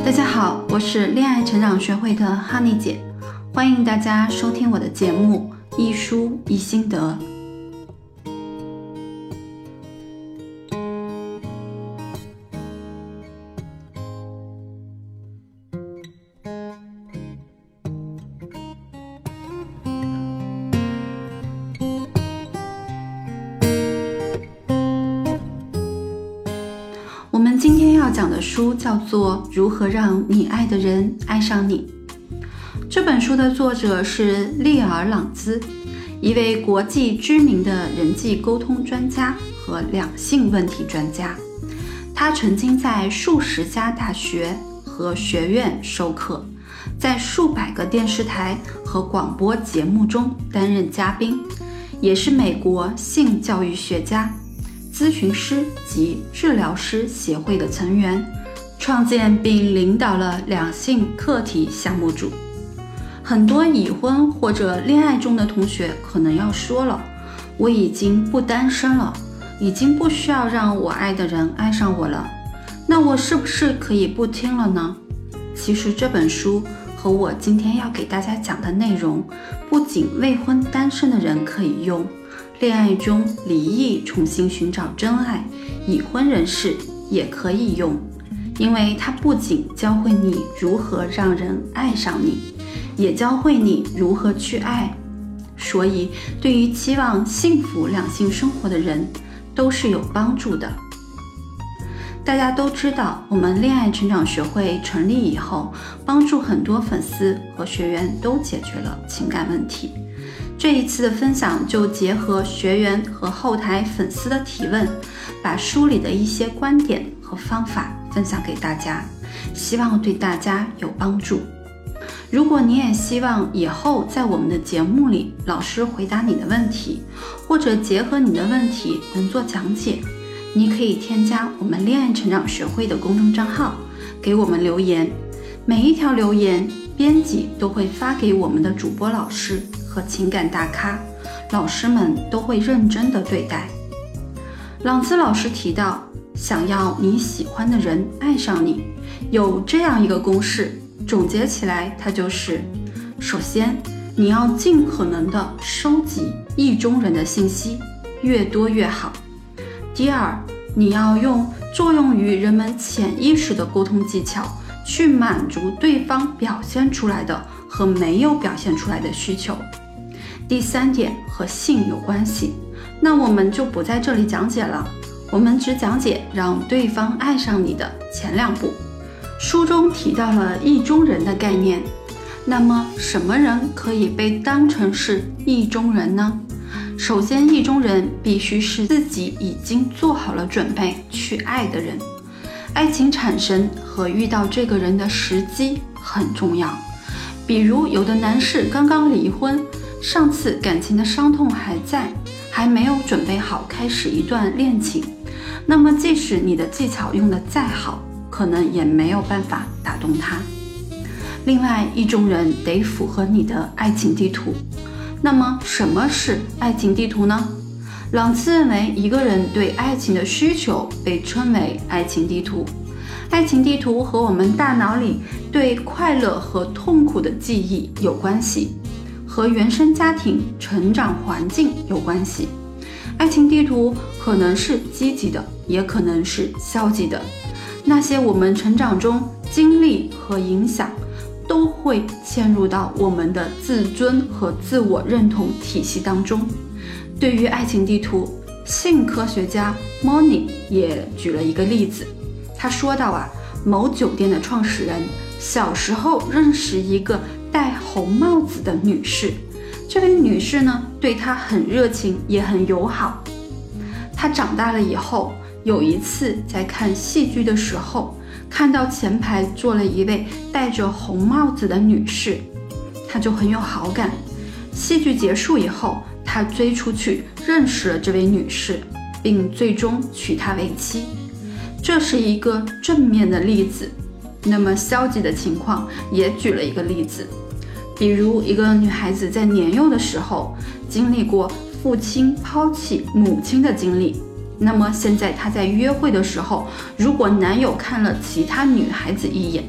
大家好，我是恋爱成长学会的 Honey 姐，欢迎大家收听我的节目一书一心得。我们今天要讲的书叫做《如何让你爱的人爱上你》。这本书的作者是利尔·朗兹，一位国际知名的人际沟通专家和两性问题专家。他曾经在数十家大学和学院授课，在数百个电视台和广播节目中担任嘉宾，也是美国性教育学家、咨询师及治疗师协会的成员，创建并领导了两性课题项目组。很多已婚或者恋爱中的同学可能要说了，我已经不单身了，已经不需要让我爱的人爱上我了，那我是不是可以不听了呢？其实这本书和我今天要给大家讲的内容，不仅未婚单身的人可以用，恋爱中离异重新寻找真爱，已婚人士也可以用，因为它不仅教会你如何让人爱上你，也教会你如何去爱，所以对于期望幸福两性生活的人都是有帮助的。大家都知道，我们恋爱成长学会成立以后，帮助很多粉丝和学员都解决了情感问题。这一次的分享就结合学员和后台粉丝的提问，把书里的一些观点和方法分享给大家，希望对大家有帮助。如果你也希望以后在我们的节目里老师回答你的问题，或者结合你的问题能做讲解，你可以添加我们恋爱成长学会的公众账号，给我们留言，每一条留言编辑都会发给我们的主播老师和情感大咖，老师们都会认真的对待。朗兹老师提到，想要你喜欢的人爱上你，有这样一个公式，总结起来它就是：首先，你要尽可能的收集意中人的信息，越多越好。第二，你要用作用于人们潜意识的沟通技巧，去满足对方表现出来的和没有表现出来的需求。第三点和性有关系，那我们就不在这里讲解了，我们只讲解让对方爱上你的前两步。书中提到了意中人的概念，那么什么人可以被当成是意中人呢？首先，意中人必须是自己已经做好了准备去爱的人。爱情产生和遇到这个人的时机很重要。比如有的男士刚刚离婚，上次感情的伤痛还在，还没有准备好开始一段恋情，那么即使你的技巧用得再好，可能也没有办法打动他。另外，意中人得符合你的爱情地图。那么什么是爱情地图呢？朗兹认为，一个人对爱情的需求被称为爱情地图。爱情地图和我们大脑里对快乐和痛苦的记忆有关系，和原生家庭成长环境有关系。爱情地图可能是积极的，也可能是消极的。那些我们成长中经历和影响，都会嵌入到我们的自尊和自我认同体系当中。对于爱情地图，性科学家 Moni 也举了一个例子。他说到某酒店的创始人小时候认识一个戴红帽子的女士，这位女士呢，对他很热情，也很友好。他长大了以后，有一次在看戏剧的时候，看到前排坐了一位戴着红帽子的女士，他就很有好感。戏剧结束以后，他追出去认识了这位女士，并最终娶她为妻。这是一个正面的例子。那么消极的情况也举了一个例子，比如一个女孩子在年幼的时候经历过父亲抛弃母亲的经历，那么现在她在约会的时候，如果男友看了其他女孩子一眼，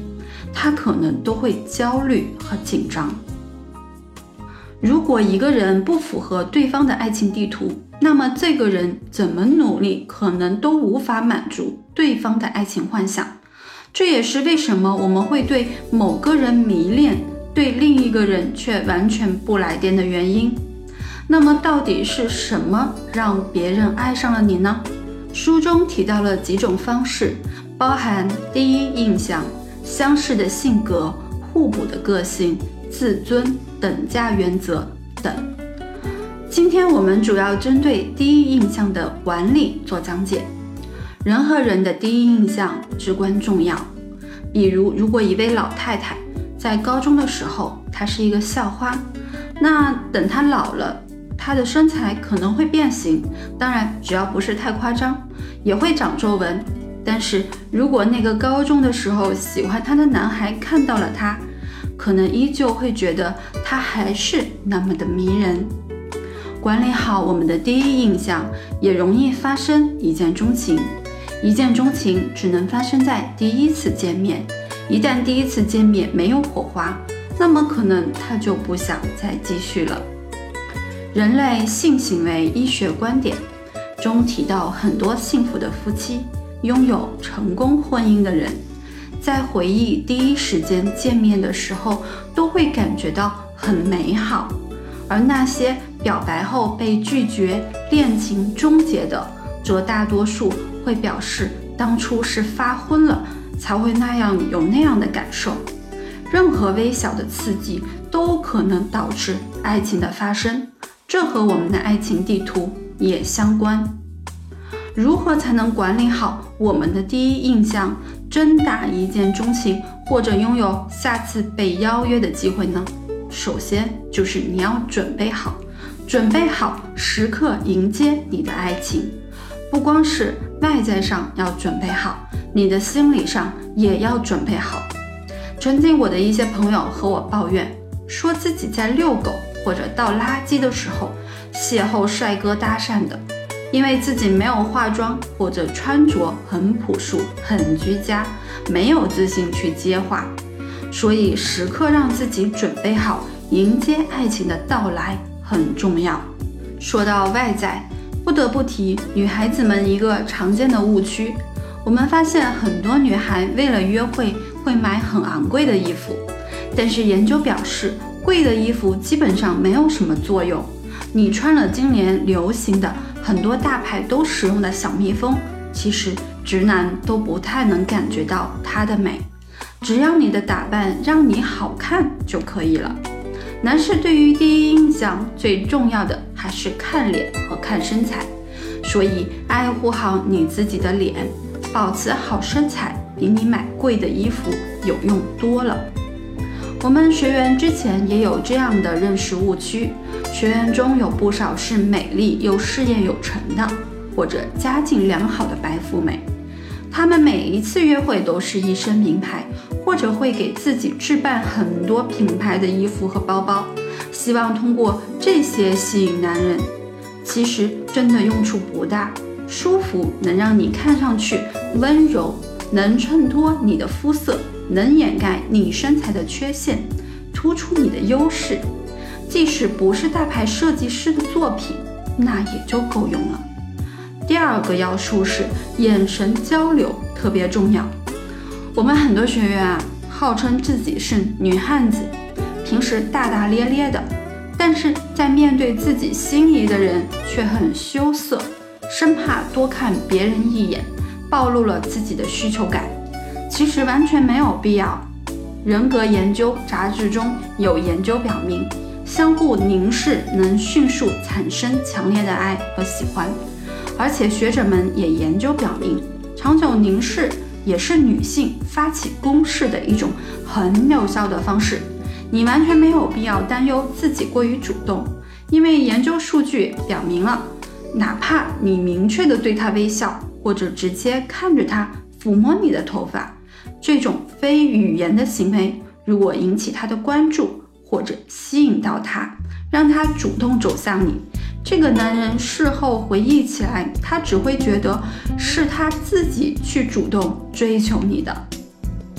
他可能都会焦虑和紧张。如果一个人不符合对方的爱情地图，那么这个人怎么努力可能都无法满足对方的爱情幻想。这也是为什么我们会对某个人迷恋，对另一个人却完全不来电的原因。那么到底是什么让别人爱上了你呢？书中提到了几种方式，包含第一印象、相似的性格、互补的个性、自尊、等价原则等。今天我们主要针对第一印象的管理做讲解。人和人的第一印象至关重要。比如果一位老太太在高中的时候她是一个校花，那等她老了，她的身材可能会变形，当然只要不是太夸张，也会长皱纹。但是如果那个高中的时候喜欢她的男孩看到了她，可能依旧会觉得她还是那么的迷人。管理好我们的第一印象，也容易发生一见钟情。一见钟情只能发生在第一次见面，一旦第一次见面没有火花，那么可能他就不想再继续了。人类性行为医学观点中提到，很多幸福的夫妻，拥有成功婚姻的人，在回忆第一时间见面的时候，都会感觉到很美好。而那些表白后被拒绝、恋情终结的，则大多数会表示当初是发昏了，才会有那样的感受。任何微小的刺激都可能导致爱情的发生，这和我们的爱情地图也相关。如何才能管理好我们的第一印象，真打一见钟情，或者拥有下次被邀约的机会呢？首先就是你要准备好时刻迎接你的爱情。不光是外在上要准备好，你的心理上也要准备好。曾经我的一些朋友和我抱怨，说自己在遛狗或者倒垃圾的时候邂逅帅哥搭讪的，因为自己没有化妆或者穿着很朴素很居家，没有自信去接话，所以时刻让自己准备好迎接爱情的到来很重要。说到外在，不得不提女孩子们一个常见的误区。我们发现很多女孩为了约会会买很昂贵的衣服，但是研究表示，贵的衣服基本上没有什么作用。你穿了今年流行的很多大牌都使用的小蜜蜂，其实直男都不太能感觉到它的美。只要你的打扮让你好看就可以了。男士对于第一印象最重要的还是看脸和看身材，所以爱护好你自己的脸，保持好身材，比你买贵的衣服有用多了。我们学员之前也有这样的认识误区，学员中有不少是美丽又事业有成的，或者家境良好的白富美。他们每一次约会都是一身名牌，或者会给自己置办很多品牌的衣服和包包，希望通过这些吸引男人。其实真的用处不大，舒服能让你看上去温柔，能衬托你的肤色，能掩盖你身材的缺陷，突出你的优势。即使不是大牌设计师的作品，那也就够用了。第二个要素是眼神交流特别重要。我们很多学员号称自己是女汉子，平时大大咧咧的，但是在面对自己心仪的人却很羞涩，生怕多看别人一眼，暴露了自己的需求感。其实完全没有必要。人格研究杂志中有研究表明，相互凝视能迅速产生强烈的爱和喜欢。而且学者们也研究表明，长久凝视也是女性发起攻势的一种很有效的方式。你完全没有必要担忧自己过于主动，因为研究数据表明了，哪怕你明确的对他微笑，或者直接看着他抚摸你的头发，这种非语言的行为如果引起他的关注，或者吸引到他，让他主动走向你，这个男人事后回忆起来，他只会觉得是他自己去主动追求你的。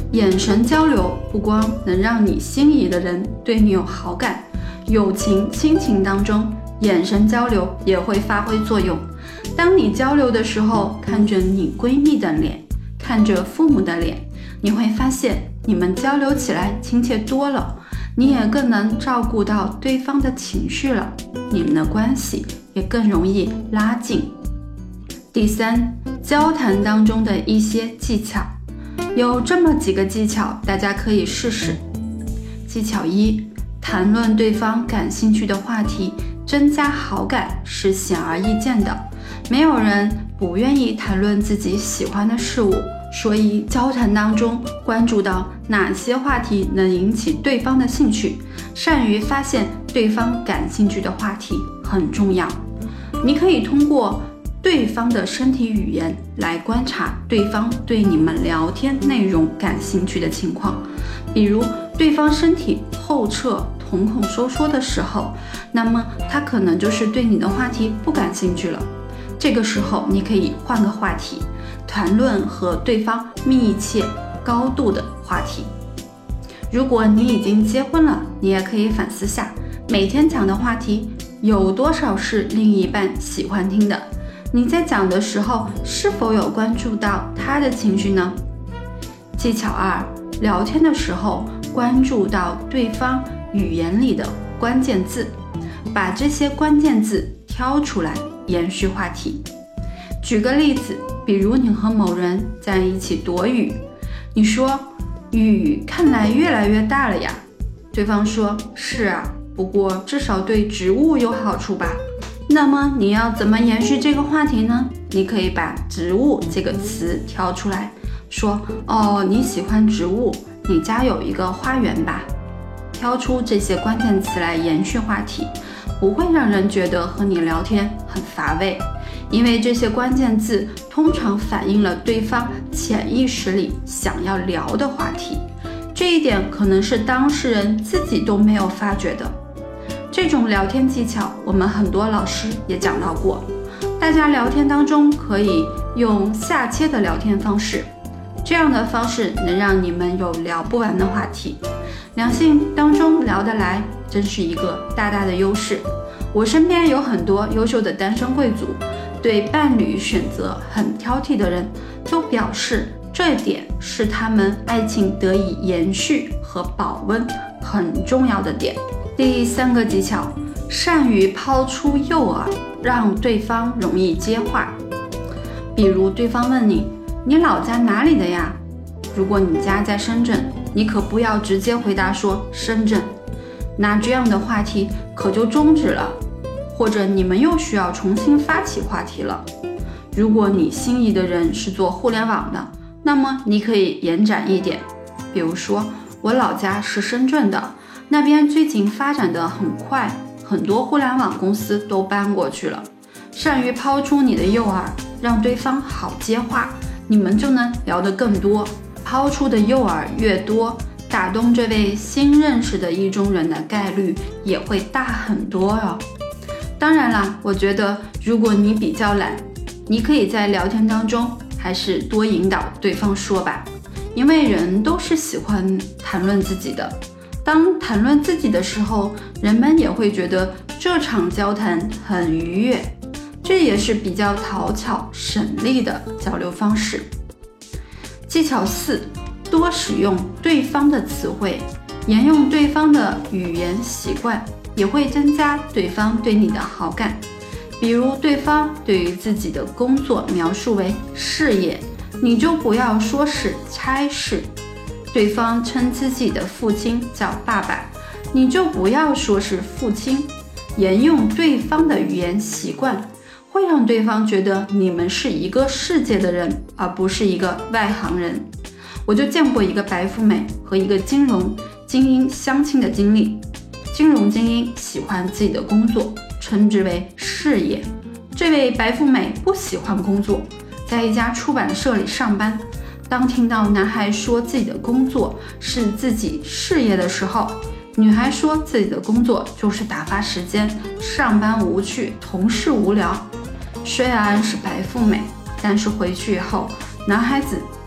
眼神交流不光能让你心仪的人对你有好感，友情、亲情当中，眼神交流也会发挥作用。当你交流的时候，看着你闺蜜的脸，看着父母的脸，你会发现你们交流起来亲切多了，你也更能照顾到对方的情绪了，你们的关系也更容易拉近。第三，交谈当中的一些技巧，有这么几个技巧，大家可以试试。技巧一，谈论对方感兴趣的话题，增加好感是显而易见的，没有人不愿意谈论自己喜欢的事物，所以交谈当中关注到哪些话题能引起对方的兴趣，善于发现对方感兴趣的话题很重要。你可以通过对方的身体语言来观察对方对你们聊天内容感兴趣的情况，比如对方身体后侧瞳孔收缩的时候，那么他可能就是对你的话题不感兴趣了。这个时候你可以换个话题，谈论和对方密切高度的话题。如果你已经结婚了，你也可以反思下，每天讲的话题有多少是另一半喜欢听的，你在讲的时候是否有关注到他的情绪呢？技巧二，聊天的时候关注到对方语言里的关键字，把这些关键字挑出来延续话题。举个例子，比如你和某人在一起躲雨，你说雨看来越来越大了呀，对方说是啊，不过至少对植物有好处吧。那么你要怎么延续这个话题呢？你可以把植物这个词挑出来，说哦，你喜欢植物，你家有一个花园吧。挑出这些关键词来延续话题，不会让人觉得和你聊天很乏味，因为这些关键字通常反映了对方潜意识里想要聊的话题，这一点可能是当事人自己都没有发觉的。这种聊天技巧我们很多老师也讲到过，大家聊天当中可以用下切的聊天方式，这样的方式能让你们有聊不完的话题，两性当中聊得来真是一个大大的优势。我身边有很多优秀的单身贵族，对伴侣选择很挑剔的人，都表示这点是他们爱情得以延续和保温很重要的点。第三个技巧，善于抛出诱饵，让对方容易接话。比如对方问你，你老家哪里的呀？如果你家在深圳，你可不要直接回答说深圳，那这样的话题可就终止了，或者你们又需要重新发起话题了。如果你心仪的人是做互联网的，那么你可以延展一点，比如说我老家是深圳的，那边最近发展的很快，很多互联网公司都搬过去了。善于抛出你的诱饵，让对方好接话，你们就能聊得更多。抛出的诱饵越多，打动这位新认识的意中人的概率也会大很多哦。当然啦，我觉得如果你比较懒，你可以在聊天当中还是多引导对方说吧，因为人都是喜欢谈论自己的。当谈论自己的时候，人们也会觉得这场交谈很愉悦，这也是比较讨巧省力的交流方式。技巧四，多使用对方的词汇，沿用对方的语言习惯，也会增加对方对你的好感。比如对方对于自己的工作描述为事业，你就不要说是差事。对方称自己的父亲叫爸爸，你就不要说是父亲。沿用对方的语言习惯，会让对方觉得你们是一个世界的人，而不是一个外行人。我就见过一个白富美和一个金融精英相亲的经历。金融精英喜欢自己的工作，称之为事业。这位白富美不喜欢工作，在一家出版社里上班。当听到男孩说自己的工作是自己事业的时候，女孩说自己的工作就是打发时间，上班无趣，同事无聊。虽然是白富美，但是回去以后，男孩子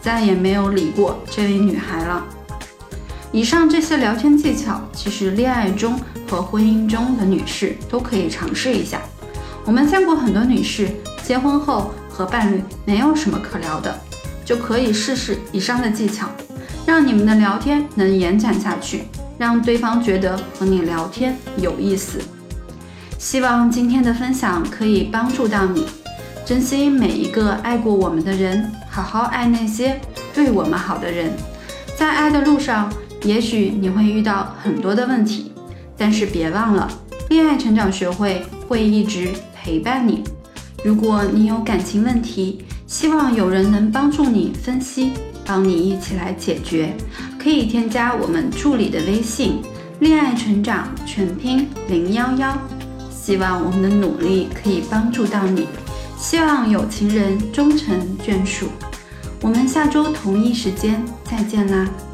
再也没有理过这位女孩了。以上这些聊天技巧，其实恋爱中和婚姻中的女士都可以尝试一下。我们见过很多女士结婚后和伴侣没有什么可聊的，就可以试试以上的技巧，让你们的聊天能延展下去，让对方觉得和你聊天有意思。希望今天的分享可以帮助到你，珍惜每一个爱过我们的人，好好爱那些对我们好的人。在爱的路上，也许你会遇到很多的问题，但是别忘了，恋爱成长学会会一直陪伴你。如果你有感情问题，希望有人能帮助你分析，帮你一起来解决，可以添加我们助理的微信恋爱成长全拼011。希望我们的努力可以帮助到你，希望有情人终成眷属。我们下周同一时间再见啦。